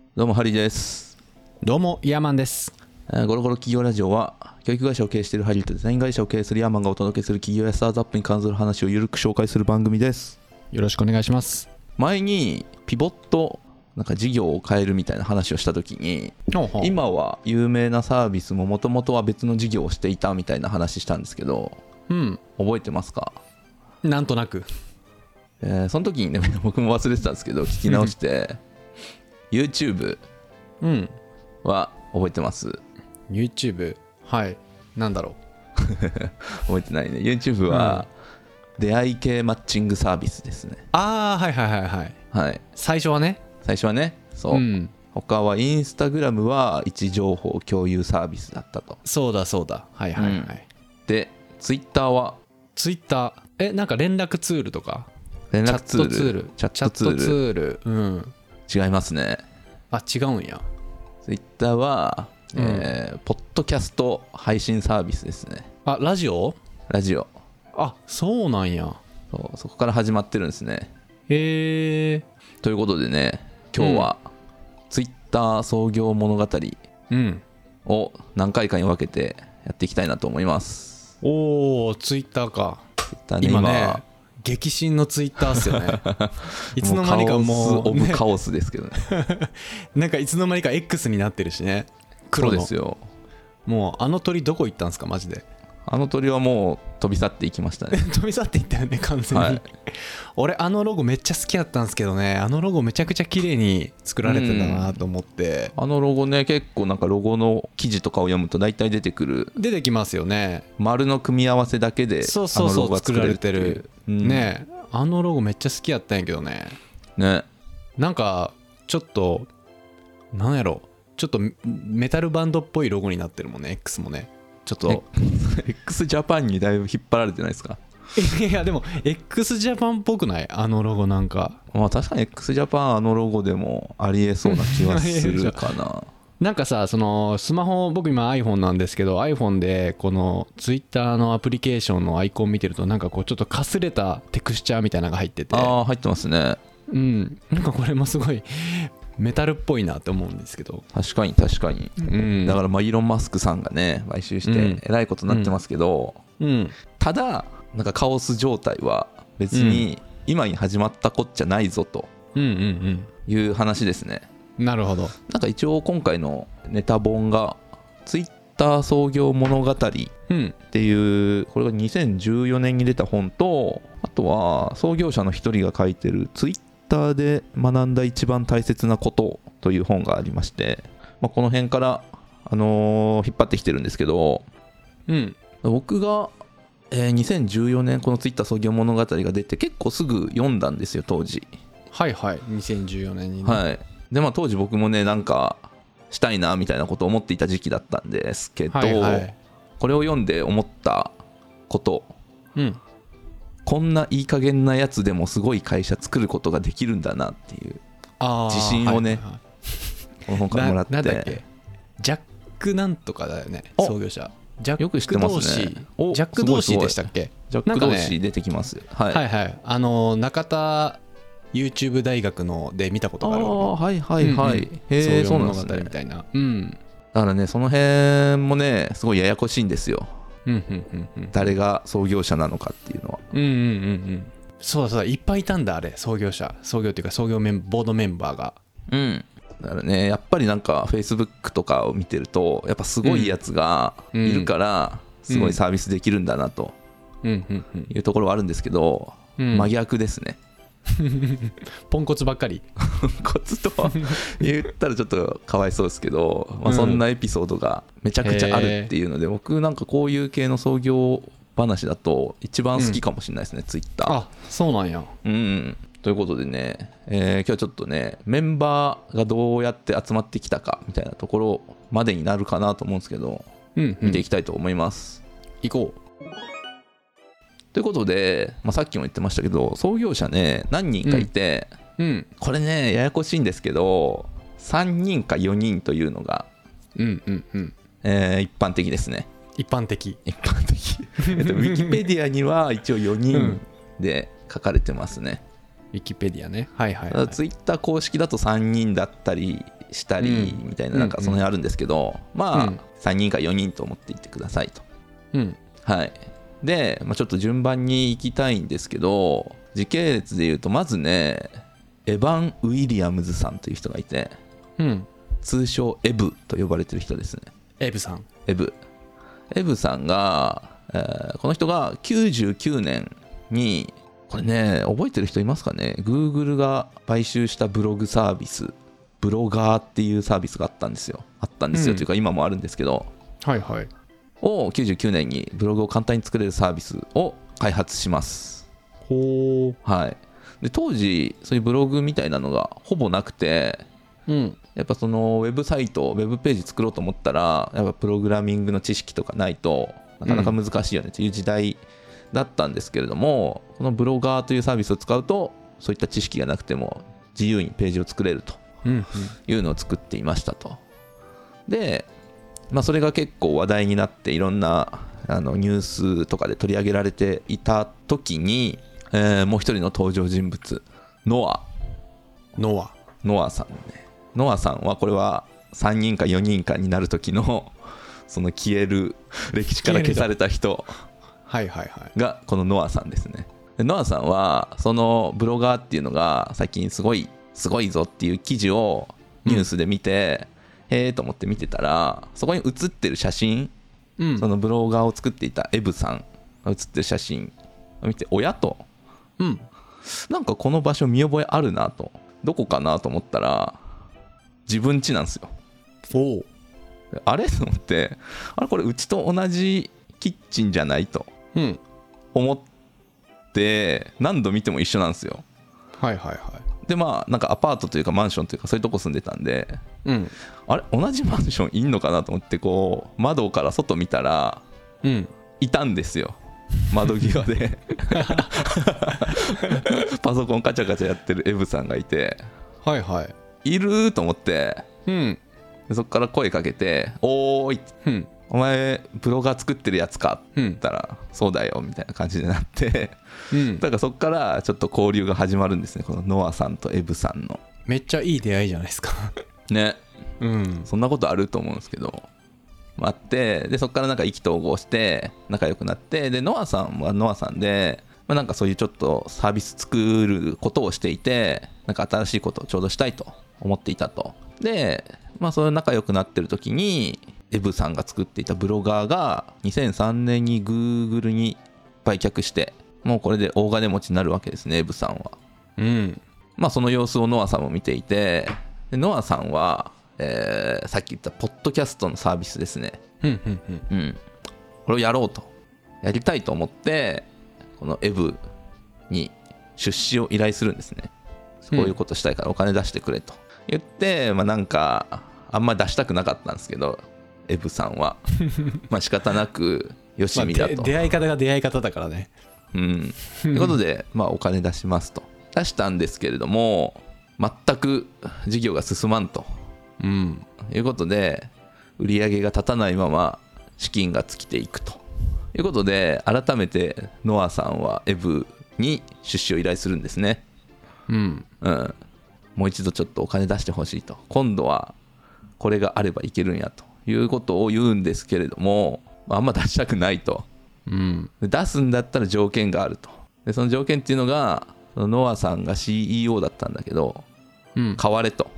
どうもハリーです。 どうもイヤーマンです。 ゴロゴロ企業ラジオは教育会社を経営しているハリーとデザイン会社を経営するヤーマンがお届けする企業やスタートアップに関する話をゆるく紹介する番組です。 よろしくお願いします。 前にピボットなんか事業を変えるみたいな話をした時に、今は有名なサービスももともとは別の事業をしていたみたいな話したんですけど、覚えてますか？ なんとなく、 その時にね僕も忘れてたんですけど聞き直してYouTube は覚えてます？ YouTube はいなんだろう覚えてないね。 YouTube は出会い系マッチングサービスですね。 はいはいはいはい、はい、最初はねそう、他はインスタグラムは位置情報共有サービスだったと。 そうだはいはいはい、 で Twitter はなんか連絡ツールとか連絡ツールチャットツール違いますね。 違うんや。 Twitter は、ポッドキャスト配信サービスですね。 ラジオそうなんや。 そこから始まってるんですね。 へえ。 ということでね、今日は、Twitter 創業物語を何回かに分けてやっていきたいなと思います。 Twitter か。今ね激震のツイッターっすよね。いつの間にかもうオブカオスですけどね。 なんかいつの間にか X になってるしね。黒の。 そうですよ。 もうあの鳥どこ行ったんですかマジで。 あの鳥はもう飛び去っていきましたね。 飛び去っていったよね完全に、はい、俺あのロゴめっちゃ好きだったんですけどね。あのロゴめちゃくちゃ綺麗に作られてたなと思って、 あのロゴね、結構なんかロゴの記事とかを読むと大体出てきますよね。丸の組み合わせだけでそう作られてる、ね。あのロゴめっちゃ好きやったんやけどね。なんかちょっとなんやろ、ちょっとメタルバンドっぽいロゴになってるもんね。 X もねちょっと x ジャパンにだいぶ引っ張られてないですか？ いやでも x ジャパンっぽくない？あのロゴなんか。 確かに x ジャパンあのロゴでもありえそうな気はするかな。 なんかさ、そのスマホ、僕今 iPhone なんですけど iPhone でこの Twitter のアプリケーションのアイコン見てるとなんかこうちょっとかすれたテクスチャーみたいなのが入ってて、 入ってますね。 なんかこれもすごいメタルっぽいなって思うんですけど。 確かに、だからイーロン・マスクさんがね買収してえらいことになってますけど、ただなんかカオス状態は別に今に始まったこっちゃないぞという話ですね。 なるほど。 なんか一応今回のネタ本がツイッター創業物語っていう、これが2014年に出た本と、あとは創業者の一人が書いてるツイッターで学んだ一番大切なことという本がありまして、この辺から、引っ張ってきてるんですけど、僕が、2014年このツイッター創業物語が出て結構すぐ読んだんですよ当時。 2014年にね。 で当時僕もねなんかしたいなみたいなことを思っていた時期だったんですけど、これを読んで思ったこと、こんないい加減なやつでもすごい会社作ることができるんだなっていう自信をね、この本からもらって。 なんだっけ、ジャックなんとかだよね、創業者。 よく知ってますね。 ジャック・ドーシーでしたっけ？ ジャック・ドーシー出てきます。 中田 YouTube 大学ので見たことがある。 そうなんですね。 みたいな。だからねその辺もねすごいややこしいんですよ。誰が創業者なのかっていうのは。 そういっぱいいたんだあれ。創業っていうかボードメンバーが。 だからねやっぱりなんか Facebook とかを見てるとやっぱすごいやつがいるからすごいサービスできるんだなというところはあるんですけど、真逆ですね。 ポンコツばっかり。 コツと言ったらちょっとかわいそうですけど、そんなエピソードがめちゃくちゃあるっていうので、僕なんかこういう系の創業話だと一番好きかもしれないですね、ツイッター。 そうなんや。 ということでね、今日はちょっとねメンバーがどうやって集まってきたかみたいなところまでになるかなと思うんですけど、見ていきたいと思います。 行こう。 ということで、さっきも言ってましたけど創業者ね何人かいて、これねややこしいんですけど3人か4人というのが、一般的ですね。 一般的ウィキペディアには一応4人で書かれてますね。 ウィキペディアね。 ツイッター公式だと3人だったりしたりみたいな、なんかその辺あるんですけど、まあ3人か4人と思っていってくださいと。はい。で、ちょっと順番に行きたいんですけど、時系列でいうとまずね、エヴァン・ウィリアムズさんという人がいて、通称エブと呼ばれてる人ですね。 エブさん。 エブさんが、この人が99年に、これね覚えてる人いますかね。 Google が買収したブログサービス、ブロガーっていうサービスがあったんですよというか今もあるんですけど、を99年にブログを簡単に作れるサービスを開発します。はい。で当時そういうブログみたいなのがほぼなくて、やっぱそのウェブサイト、ウェブページ作ろうと思ったらやっぱプログラミングの知識とかないとなかなか難しいよねという時代だったんですけれども、このブロガーというサービスを使うとそういった知識がなくても自由にページを作れるというのを作っていましたと。で、それが結構話題になっていろんなニュースとかで取り上げられていた時に、もう一人の登場人物、ノアさんね。ノアさんはこれは3人か4人かになる時のその消える、歴史から消された人がこのノアさんですね。でノアさんはそのブロガーっていうのが最近すごいぞっていう記事をニュースで見て、へえと思って見てたら、そこに写ってる写真、そのブロガーを作っていたエブさんが写ってる写真を見て、親と、なんかこの場所見覚えあるなと、どこかなと思ったら自分家なんですよ。あれと思って、あれこれうちと同じキッチンじゃないと思って何度見ても一緒なんですよ。でなんかアパートというかマンションというかそういうとこ住んでたんで、あれ同じマンションいんのかなと思ってこう窓から外見たら、いたんですよ、窓際でパソコンカチャカチャやってるエブさんがいて、いると思って、そっから声かけて、おーい、お前ブロガー作ってるやつかって言ったら、そうだよみたいな感じになって、だからそっからちょっと交流が始まるんですね、このノアさんとエブさんの。 めっちゃいい出会いじゃないですかね、そんなことあると思うんですけど、あって、でそっからなんか意気投合して仲良くなって、でノアさんはノアさんで、なんかそういうちょっとサービス作ることをしていて、なんか新しいことをちょうどしたいと思っていたと。でそういう仲良くなってる時にエブさんが作っていたブロガーが2003年に Google に売却して、もうこれで大金持ちになるわけですね、エブさんは。その様子をノアさんも見ていて、でノアさんは、さっき言ったポッドキャストのサービスですね、これをやりたいと思って、このエブに出資を依頼するんですね。こういうことしたいからお金出してくれと言って、なんかあんまり出したくなかったんですけど、エブさんは仕方なくよしみだと、 出会い方が出会い方だからね。 ということで、お金出しますと出したんですけれども、全く事業が進まんと、いうことで、売り上げが立たないまま資金が尽きていくということで、改めてノアさんはエブに出資を依頼するんですね。もう一度ちょっとお金出してほしいと、今度はこれがあればいけるんやということを言うんですけれども、あんま出したくないと、出すんだったら条件があると。でその条件っていうのが、そのノアさんが CEO だったんだけど、変われと、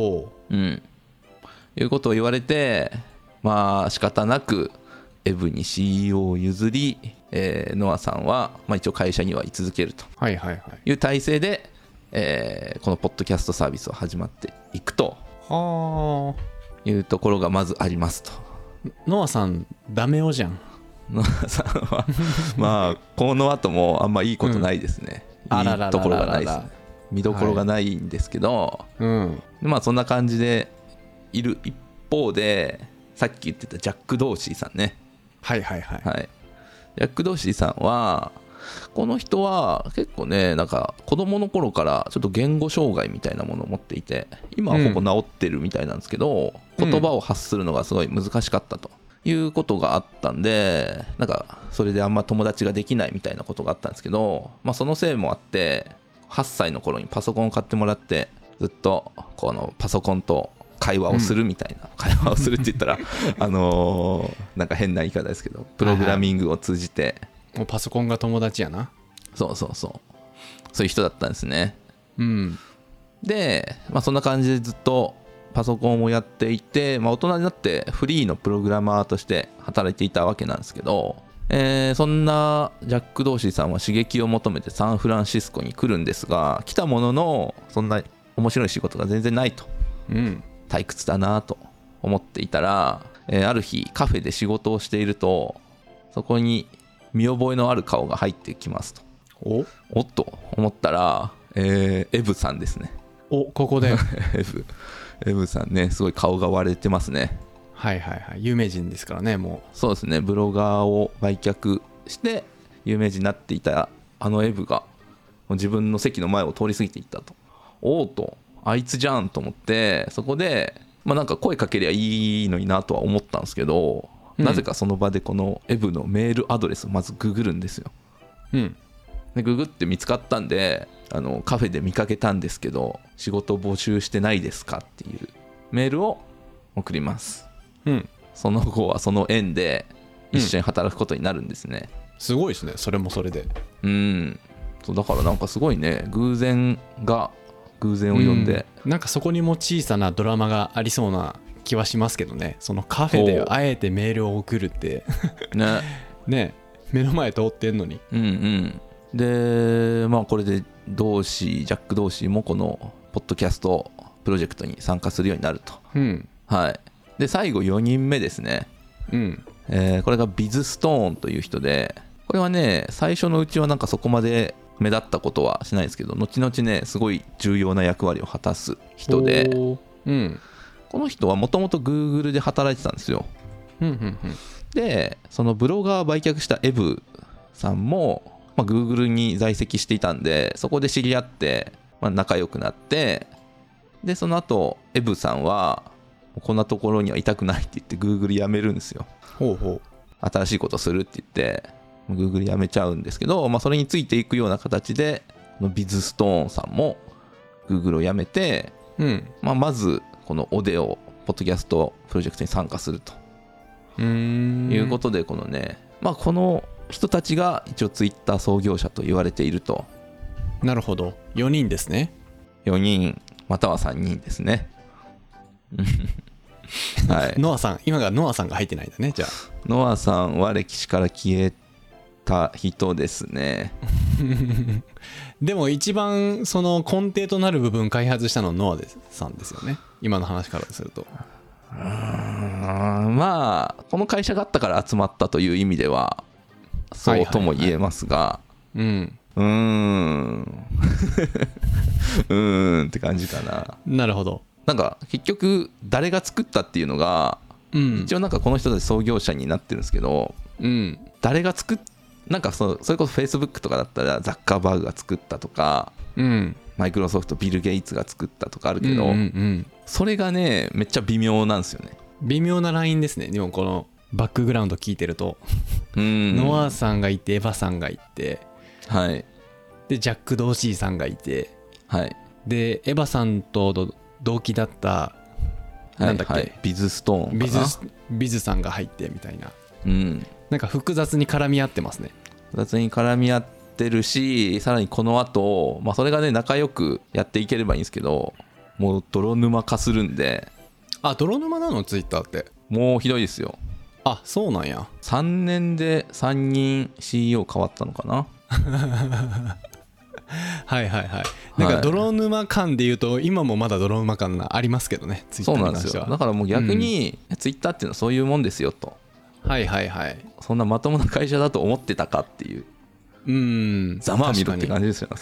いうことを言われて、仕方なくエブに CEO を譲り、ノアさんは、一応会社には居続けるという体制で、このポッドキャストサービスは始まっていくというところがまずありますと。 ノアさんダメ男じゃん。 ノアさんはこの後もあんまいいことないですね、いいところがないですね、見どころがないんですけど、そんな感じでいる一方で、さっき言ってたジャック・ドーシーさんね、ジャック・ドーシーさんは、この人は結構ね、なんか子供の頃からちょっと言語障害みたいなものを持っていて、今はほぼ治ってるみたいなんですけど、言葉を発するのがすごい難しかったということがあったんで、なんかそれであんま友達ができないみたいなことがあったんですけど、そのせいもあって8歳の頃にパソコンを買ってもらって、ずっとこのパソコンと会話をするみたいな、会話をするって言ったらなんか変な言い方ですけど、プログラミングを通じて、 もうパソコンが友達やな。 そういう人だったんですね。で、そんな感じでずっとパソコンをやっていて、大人になってフリーのプログラマーとして働いていたわけなんですけど、そんなジャック・ドーシーさんは刺激を求めてサンフランシスコに来るんですが、来たもののそんな面白い仕事が全然ないと、退屈だなと思っていたら、ある日カフェで仕事をしていると、そこに見覚えのある顔が入ってきますと。おっと思ったら、エブさんですね。 ここでエブさんね、すごい顔が割れてますね。 有名人ですからね。もうそうですね、ブロガーを売却して有名人になっていたエブが自分の席の前を通り過ぎていったと。おおと、あいつじゃんと思って、そこでなんか声かけりゃいいのになとは思ったんですけど、なぜかその場でこのエブのメールアドレスをまずググるんですよ。でググって見つかったんで、カフェで見かけたんですけど仕事募集してないですかっていうメールを送ります。その後はその縁で一緒に働くことになるんですね。 すごいですね、それもそれで。 そうだからなんかすごいね、偶然が偶然を呼んで、 なんかそこにも小さなドラマがありそうな気はしますけどね。そのカフェであえてメールを送るってね目の前通ってんのに。 でこれでジャック・ドーシーもこのポッドキャストプロジェクトに参加するようになると。で最後4人目ですね。これがビズ・ストーンという人で、これはね最初のうちはなんかそこまで目立ったことはしないですけど、後々ねすごい重要な役割を果たす人で、この人はもともと Google で働いてたんですよ。でそのブロガー売却したエブさんも、Google に在籍していたんで、そこで知り合って、仲良くなって、でその後エブさんはこんなところにはいたくないって言って Google 辞めるんですよ。新しいことするって言ってGoogle 辞めちゃうんですけど、それについていくような形でビズ・ストーンさんも Google を辞めて、まずこのオデオポッドキャストプロジェクトに参加するということで、このね、この人たちが一応ツイッター創業者と言われていると。 なるほど、4人ですね。 4人または3人ですね。 ノアさん、今がノアさんが入ってないんだね。じゃあノアさんは歴史から消えた人ですね。 でも一番その根底となる部分開発したのはノアさんですよね、今の話からすると。 この会社があったから集まったという意味ではそうとも言えますが、って感じかな。 なるほど。 なんか結局誰が作ったっていうのが、一応なんかこの人たち創業者になってるんですけど、誰がなんかそれこそ Facebook とかだったらザッカーバーグが作ったとか、マイクロソフトビル・ゲイツが作ったとかあるけど、それがねめっちゃ微妙なんですよね。 微妙なラインですね。でもこのバックグラウンド聞いてるとノアさんがいてエヴァさんがいて、でジャック・ドーシーさんがいて、でエヴァさんと同期だったなんだっけ、 ビズ・ストーンかな、 ビズさんが入ってみたいな、なんか複雑に絡み合ってますね。 複雑に絡み合ってるし、さらにこの後、それがね仲良くやっていければいいんですけど、もう泥沼化するんで。 泥沼なのツイッターって。 もうひどいですよ。 そうなんや。 3年で3人 CEO 変わったのかな。 なんか泥沼感で言うと今もまだ泥沼感ありますけどね、ツイッターに関しては。 そうなんですよ。だからもう逆に、ツイッターっていうのはそういうもんですよと。そんなまともな会社だと思ってたかっていう、ざまあみろって感じですよね。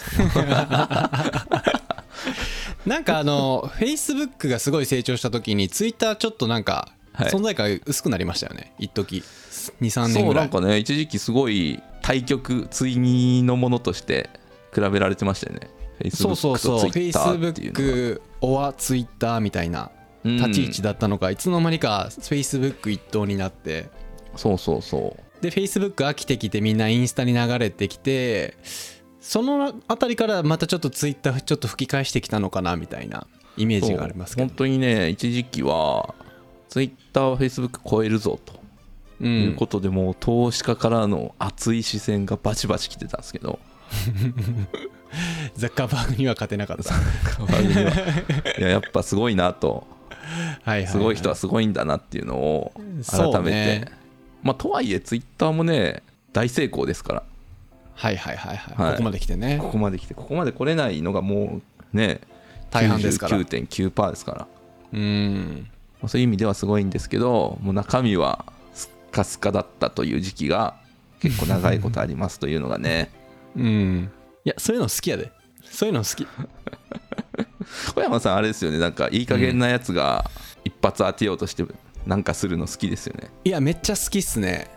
なんかFacebook がすごい成長した時にツイッターちょっとなんか存在感薄くなりましたよね、一時 2,3 年ぐらい。 そうなんかね、一時期すごい対極対にのものとして比べられてましたよね。 Facebook と Facebook オア Twitter みたいな立ち位置だったのが、いつの間にか Facebook 一党になって、で Facebook 飽きてきてみんなインスタに流れてきて、そのあたりからまたちょっと Twitter ちょっと吹き返してきたのかなみたいなイメージがありますけど、 本当にね一時期はツイッターはフェイスブック超えるぞということで、もう投資家からの熱い視線がバチバチ来てたんですけどザッカーバーグには勝てなかった。 いややっぱすごいなと、はいはい、はい、すごい人はすごいんだなっていうのを改めて、ね、まあとはいえツイッターもね大成功ですから、 はいはいはいはい、はい、ここまで来てね、 ここまで来てここまで来れないのがもうね大半ですから 99.9% ですから、そういう意味ではすごいんですけど、もう中身はスッカスカだったという時期が結構長いことありますというのがねいやそういうの好きやで、そういうの好き小山さんあれですよね、なんかいい加減なやつが一発当てようとしてなんかするの好きですよね。 いやめっちゃ好きっすね。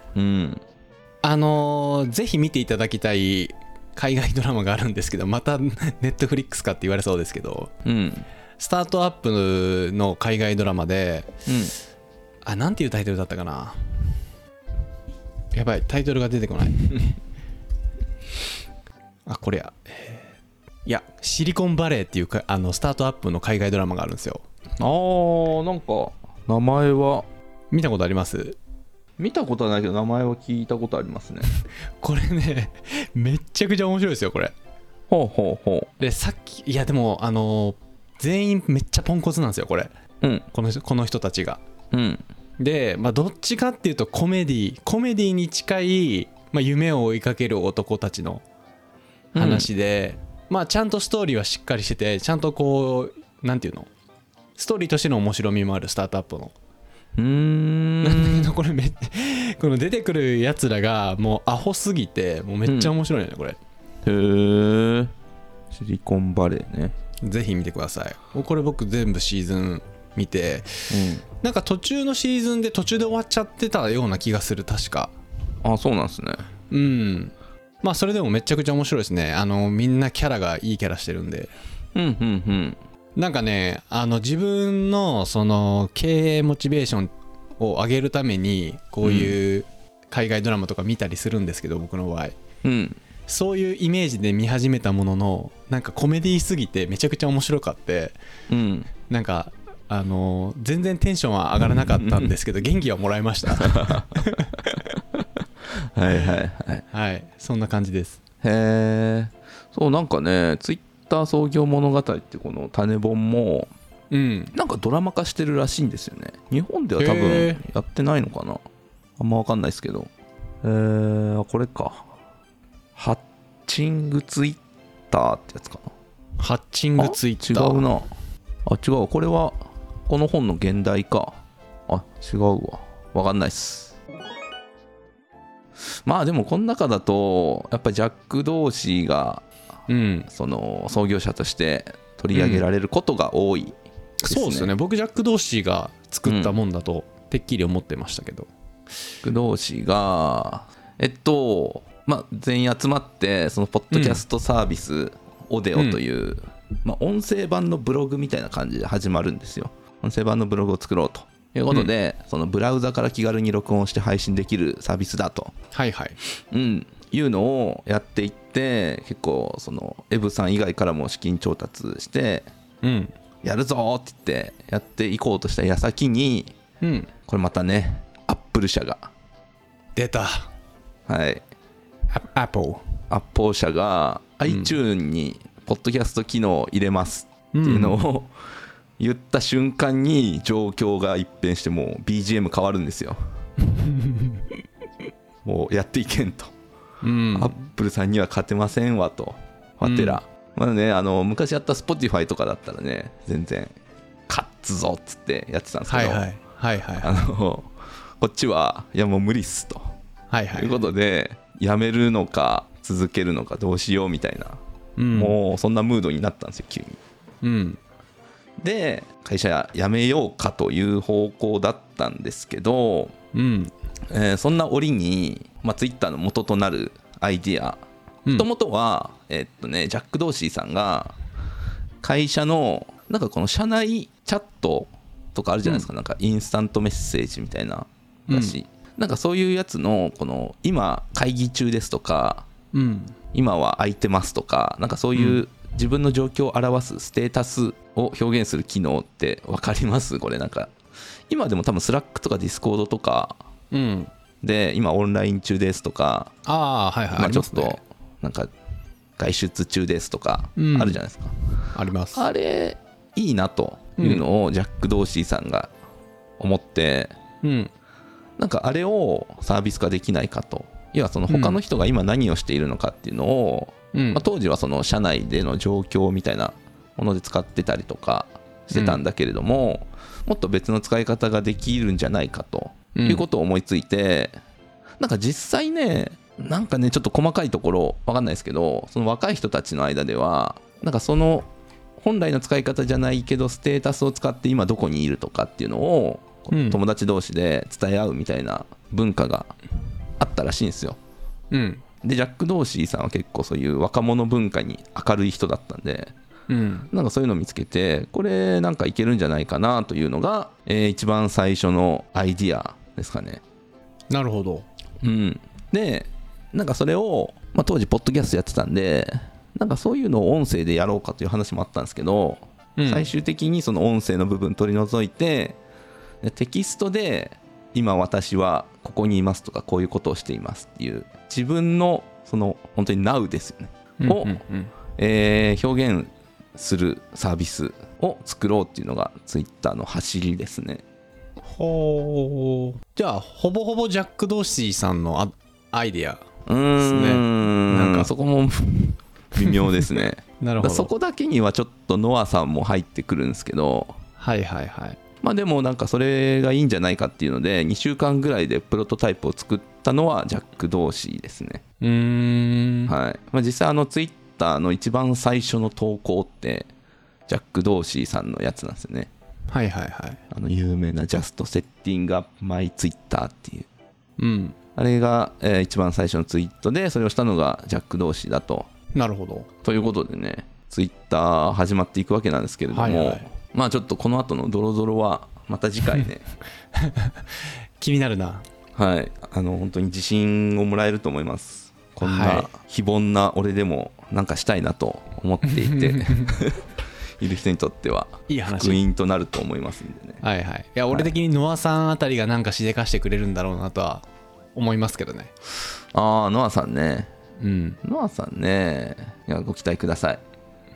ぜひ見ていただきたい海外ドラマがあるんですけど、またネットフリックスかって言われそうですけど、スタートアップの海外ドラマで、なんていうタイトルだったかな、やばいタイトルが出てこないこれいやシリコンバレーっていうスタートアップの海外ドラマがあるんですよ。 なんか名前は見たことあります？ 見たことはないけど名前は聞いたことありますねこれねめっちゃくちゃ面白いですよこれ。 ほうでさっきいやでも全員めっちゃポンコツなんですよこれ、この人たちが、で、どっちかっていうとコメディに近い、夢を追いかける男たちの話で、ちゃんとストーリーはしっかりしてて、ちゃんとこうなんていうのストーリーとしての面白みもあるスタートアップのなんだけどこの出てくるやつらがもうアホすぎてもうめっちゃ面白いよねこれ。 へえ、シリコンバレーね。 ぜひ見てください。これ僕全部シーズン見て、なんか途中のシーズンで途中で終わっちゃってたような気がする確か。 そうなんですね。 それでもめちゃくちゃ面白いですね。みんなキャラがいいキャラしてるんで。なんかね自分のその経営モチベーションを上げるためにこういう海外ドラマとか見たりするんですけど、僕の場合、そういうイメージで見始めたものの、なんかコメディーすぎてめちゃくちゃ面白かって、なんか全然テンションは上がらなかったんですけど元気はもらいましたはいそんな感じです。 へえ。そうなんかねツイッター創業物語ってこの種本もなんかドラマ化してるらしいんですよね。日本では多分やってないのかな、あんま分かんないですけど、これかハッチングツイッターってやつかな。 ハッチングツイッター違うな。違う、これはこの本の現代か。違うわ、分かんないっす。でもこの中だとやっぱりジャック・ドーシーがその創業者として取り上げられることが多いですね。 そうですよね。僕ジャック・ドーシーが作ったもんだとてっきり思ってましたけど、 ジャック・ドーシーが全員集まってそのポッドキャストサービスオデオという、音声版のブログみたいな感じで始まるんですよ。音声版のブログを作ろうということで、そのブラウザから気軽に録音して配信できるサービスだと、いうのをやっていって、結構そのエブさん以外からも資金調達して、やるぞって言ってやっていこうとした矢先に、これまたねアップル社が出た。アップル社が iTunes にポッドキャスト機能を入れますっていうのを言った瞬間に状況が一変して、もう BGM 変わるんですよもうやっていけんと、アップルさんには勝てませんわと、わてら、昔やった Spotify とかだったらね全然勝つぞっつってやってたんですけど、こっちはいやもう無理っすと、いうことでやめるのか続けるのかどうしようみたいな、もうそんなムードになったんですよ急に。で会社辞めようかという方向だったんですけど、そんな折に、ツイッターの元となるアイディア、もともとは、ジャック・ドーシーさんが会社のなんかこの社内チャットとかあるじゃないですか、なんかインスタントメッセージみたいなだし、なんかそういうやつのこの今会議中ですとか、今は空いてますとか、なんかそういう自分の状況を表すステータスを表現する機能って分かります？これなんか今でも多分スラックとかディスコードとかで今オンライン中ですとか、 はいはい、 ちょっとなんか外出中ですとかあるじゃないですか、 あります。 あれいいなというのをジャック・ドーシーさんが思って、なんかあれをサービス化できないかと。要はその他の人が今何をしているのかっていうのを、当時はその社内での状況みたいなもので使ってたりとかしてたんだけれども、もっと別の使い方ができるんじゃないかということを思いついて、なんか実際ね、なんかねちょっと細かいところ分かんないですけど、その若い人たちの間ではなんかその本来の使い方じゃないけどステータスを使って今どこにいるとかっていうのを友達同士で伝え合うみたいな文化があったらしいんですよ。でジャック・ドーシーさんは結構そういう若者文化に明るい人だったんで、なんかそういうのを見つけて、これなんかいけるんじゃないかなというのが、一番最初のアイディアですかね。 なるほど。 でなんかそれを、当時ポッドキャストやってたんで、なんかそういうのを音声でやろうかという話もあったんですけど、最終的にその音声の部分取り除いて、テキストで今私はここにいますとかこういうことをしていますっていう自分のその本当に Now ですよねを表現するサービスを作ろうっていうのがツイッターの走りですね。 じゃあほぼほぼジャック・ドーシーさんのアイデアですね。 なんかそこも微妙ですね。 なるほど。 そこだけにはちょっとノアさんも入ってくるんですけど、でもなんかそれがいいんじゃないかっていうので2週間ぐらいでプロトタイプを作ったのはジャック・ドーシーですね。実際ツイッターの一番最初の投稿ってジャック・ドーシーさんのやつなんですよね。有名な Just Setting Up My Twitter っていう、あれが、一番最初のツイートで、それをしたのがジャック・ドーシーだと。 なるほど。 ということでね、ツイッター始まっていくわけなんですけれども、ちょっとこの後のドロドロはまた次回ね気になるな。 本当に自信をもらえると思います。こんな非凡な俺でもなんかしたいなと思っていている人にとってはいい話、福音となると思いますんでね。 いや俺的にノアさんあたりがなんかしでかしてくれるんだろうなとは思いますけどね。 ノアさんね、ノアさんね、いやご期待ください。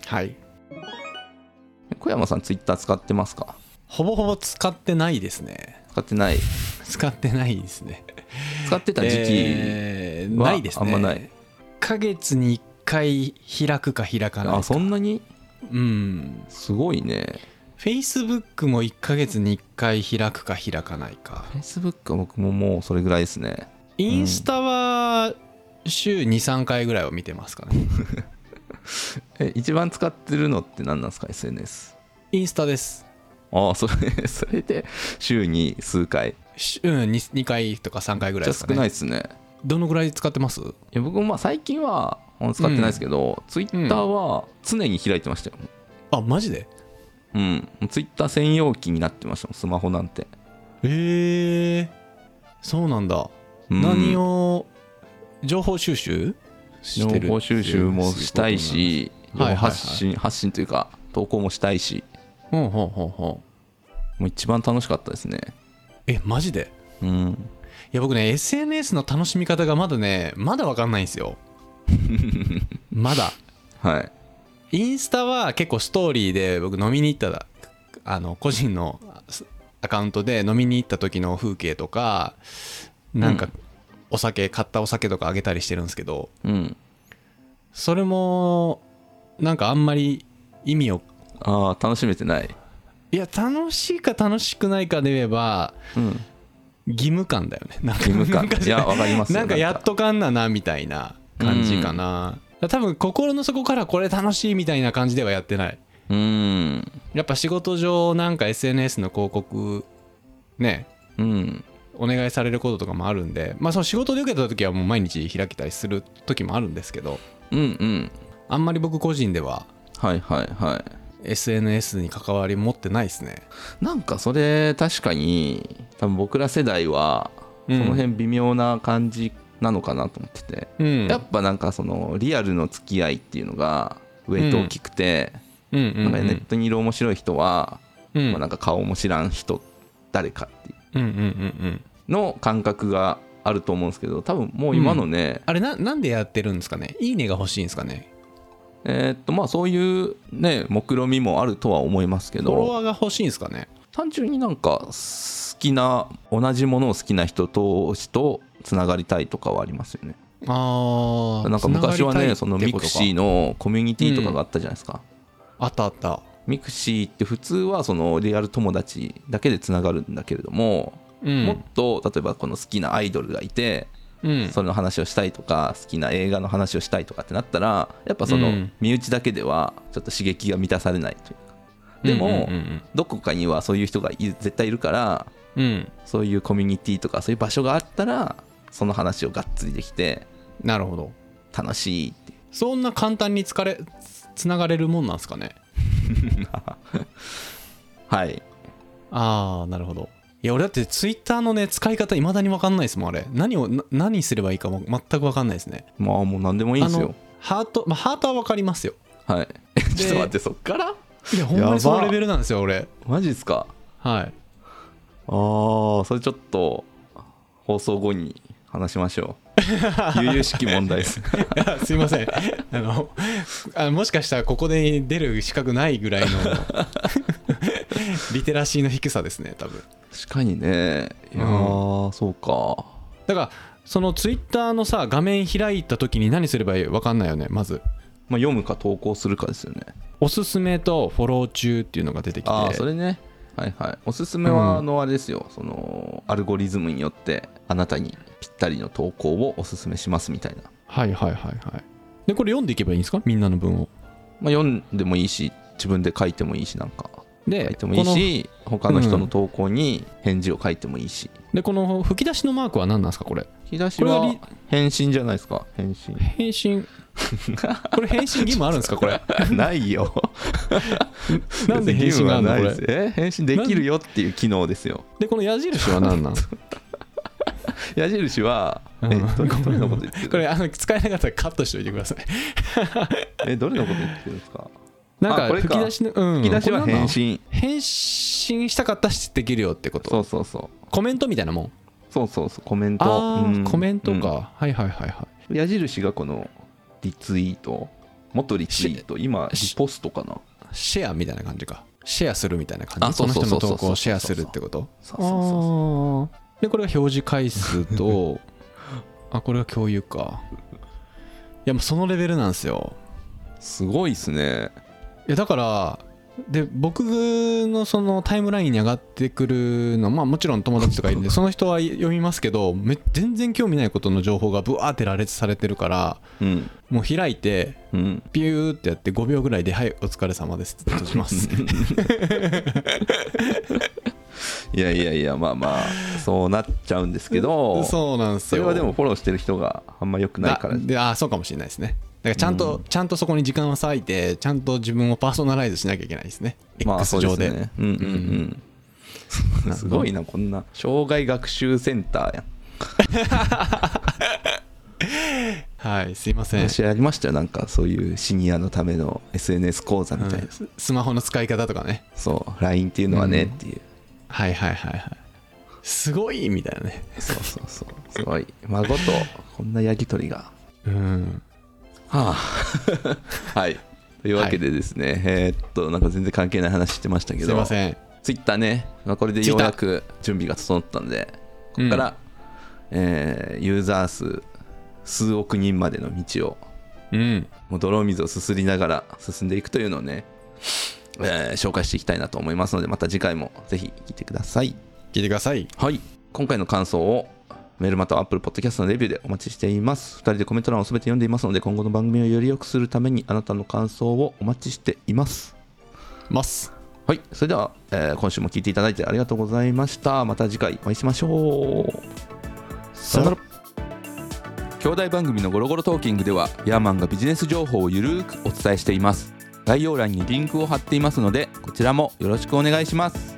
小山さんツイッター使ってますか？ ほぼほぼ使ってないですね。 使ってないですね。 使ってた時期はないですね。 あんまない。 1ヶ月に1回開くか開かないか。 そんなに？すごいね。 Facebook も1ヶ月に1回開くか開かないか。 Facebook は僕ももうそれぐらいですね。 インスタは週 2,3 回ぐらいは見てますかね。 一番使ってるのって何なんですか？ SNS。 インスタです。 それで週に数回、 2回とか3回ぐらいですかね。 少ないですね。 どのぐらい使ってます？いや僕も最近は使ってないですけど、ツイッターは常に開いてましたよ。 マジで？ ツイッター専用機になってましたもん、スマホなんて。 そうなんだ。何を情報収集してる？ 情報収集もしたいし、発信というか投稿もしたいし、もう一番楽しかったですね。 マジで？いや僕ね SNS の楽しみ方がまだ分かんないんですよ。まだ。インスタは結構ストーリーで僕飲みに行った個人のアカウントで飲みに行った時の風景とかなんか買ったお酒とかあげたりしてるんですけど、それもなんかあんまり意味を楽しめてない。 いや楽しいか楽しくないかで言えば、義務感だよね。 義務感。いやわかりますよ。 なんかやっとかんなみたいな感じかな。多分心の底からこれ楽しいみたいな感じではやってない。やっぱ仕事上なんか SNS の広告ね、お願いされることとかもあるんで、その仕事で受けた時はもう毎日開けたりする時もあるんですけど、あんまり僕個人では SNS に関わり持ってないですね。 なんかそれ確かに多分僕ら世代はその辺微妙な感じなのかなと思ってて、やっぱなんかそのリアルの付き合いっていうのがウェイト大きくて、なんかネットにいる面白い人は、まあ、なんか顔も知らん人誰かっていうの感覚があると思うんですけど、多分もう今のね、 あれなんでやってるんですかね。いいねが欲しいんですかね。 まあそういうね目論みもあるとは思いますけど、 フォロワーが欲しいんですかね。 単純になんか好きな同じものを好きな人同士とつながりたいとかはありますよね。なんか昔はねそのミクシーのコミュニティとかがあったじゃないですか、 あったあった。 ミクシーって普通はそのリアル友達だけでつながるんだけれども、もっと例えばこの好きなアイドルがいて、その話をしたいとか好きな映画の話をしたいとかってなったらやっぱその身内だけではちょっと刺激が満たされないというか、でもどこかにはそういう人が絶対いるから、そういうコミュニティとかそういう場所があったらその話をがっつりできて、 なるほど、 楽しいって。 そんな簡単につながれるもんなんですかね。 はい。 ああ、なるほど。いや俺だってツイッターのね使い方いまだに分かんないですもん。あれ何すればいいかも全く分かんないですね。 まあもう何でもいいですよ。 ハートは分かりますよ。 はい。ちょっと待って、そっから。 いやほんまにそのレベルなんですよ俺。 マジっすか。 はい。 ああ、それちょっと放送後に話しましょう。悠々しき問題です。 すいません。もしかしたらここで出る資格ないぐらいのリテラシーの低さですね多分。 確かにね。いやー、そうか。 だからそのツイッターのさ画面開いた時に何すればいい分かんないよねまず。 まあ、読むか投稿するかですよね。 おすすめとフォロー中っていうのが出てきて、 ああそれね、はいはい。おすすめはあれですよ、そのアルゴリズムによってあなたにぴったりの投稿をおすすめしますみたいな。 はいはいはいはい。でこれ読んでいけばいいんですかみんなの文を。 まあ、読んでもいいし自分で書いてもいいし、なんかで書いてもいいし、他の人の投稿に返事を書いてもいいし、 でこの吹き出しのマークは何なんですかこれ。 吹き出しは返信じゃないですか。返信これ返信義務あるんですかこれ。ないよ。 なんで返信があるのこれ。 返信できるよっていう機能ですよ。 でこの矢印は何なん矢印はどれのこと言ってる。 これ使えなかったらカットしておいてください。 どれのこと言ってるんですか。 なんか吹き出しの、 吹き出しは返信したかったらできるよってこと。 そう。 コメントみたいなもん。 そうコメント。 コメントか、はいはいはいはい。 矢印がこのリツイート、元リツイート、今リポストかな。 シェアみたいな感じか。シェアするみたいな感じ。その人の投稿をシェアするってこと。そうでこれが表示回数とこれが共有か。いやもうそのレベルなんですよ。 すごいっすね。 いやだからで僕のそのタイムラインに上がってくるのもちろん友達とかいるんでその人は読みますけど、全然興味ないことの情報がブワーって羅列されてるから、もう開いて、ピューってやって5秒ぐらいで「はいお疲れ様です」って閉じます。 いやまあそうなっちゃうんですけど、 そうなんですよ。 それはでもフォローしてる人があんま良くないからでそうかもしれないですね。だからちゃんとそこに時間を割いてちゃんと自分をパーソナライズしなきゃいけないですね。X 上で。 すごいな、こんな障害学習センターやん。 はい、すいません。 私ありましたよ、なんかそういうシニアのための SNS 講座みたいな、 スマホの使い方とかね。 そう LINE っていうのはねっていう、 はいすごいみたいなね。 そうすごい孫とこんなやり取りがはい。というわけでですね、なんか全然関係ない話してましたけど、 すいません。 ツイッターね、これでようやく準備が整ったんで、ここから、ユーザー数数億人までの道を、もう泥水をすすりながら進んでいくというのをね、紹介していきたいなと思いますので、また次回もぜひ聞いてください。はい。今回の感想をメールまたは Apple Podcast のレビューでお待ちしています。2人でコメント欄をすべて読んでいますので、今後の番組をより良くするためにあなたの感想をお待ちしています。はい。それでは、今週も聞いていただいてありがとうございました。また次回お会いしましょう。さよなら。兄弟番組のゴロゴロトーキングではヤーマンがビジネス情報をゆるーくお伝えしています。概要欄にリンクを貼っていますので、こちらもよろしくお願いします。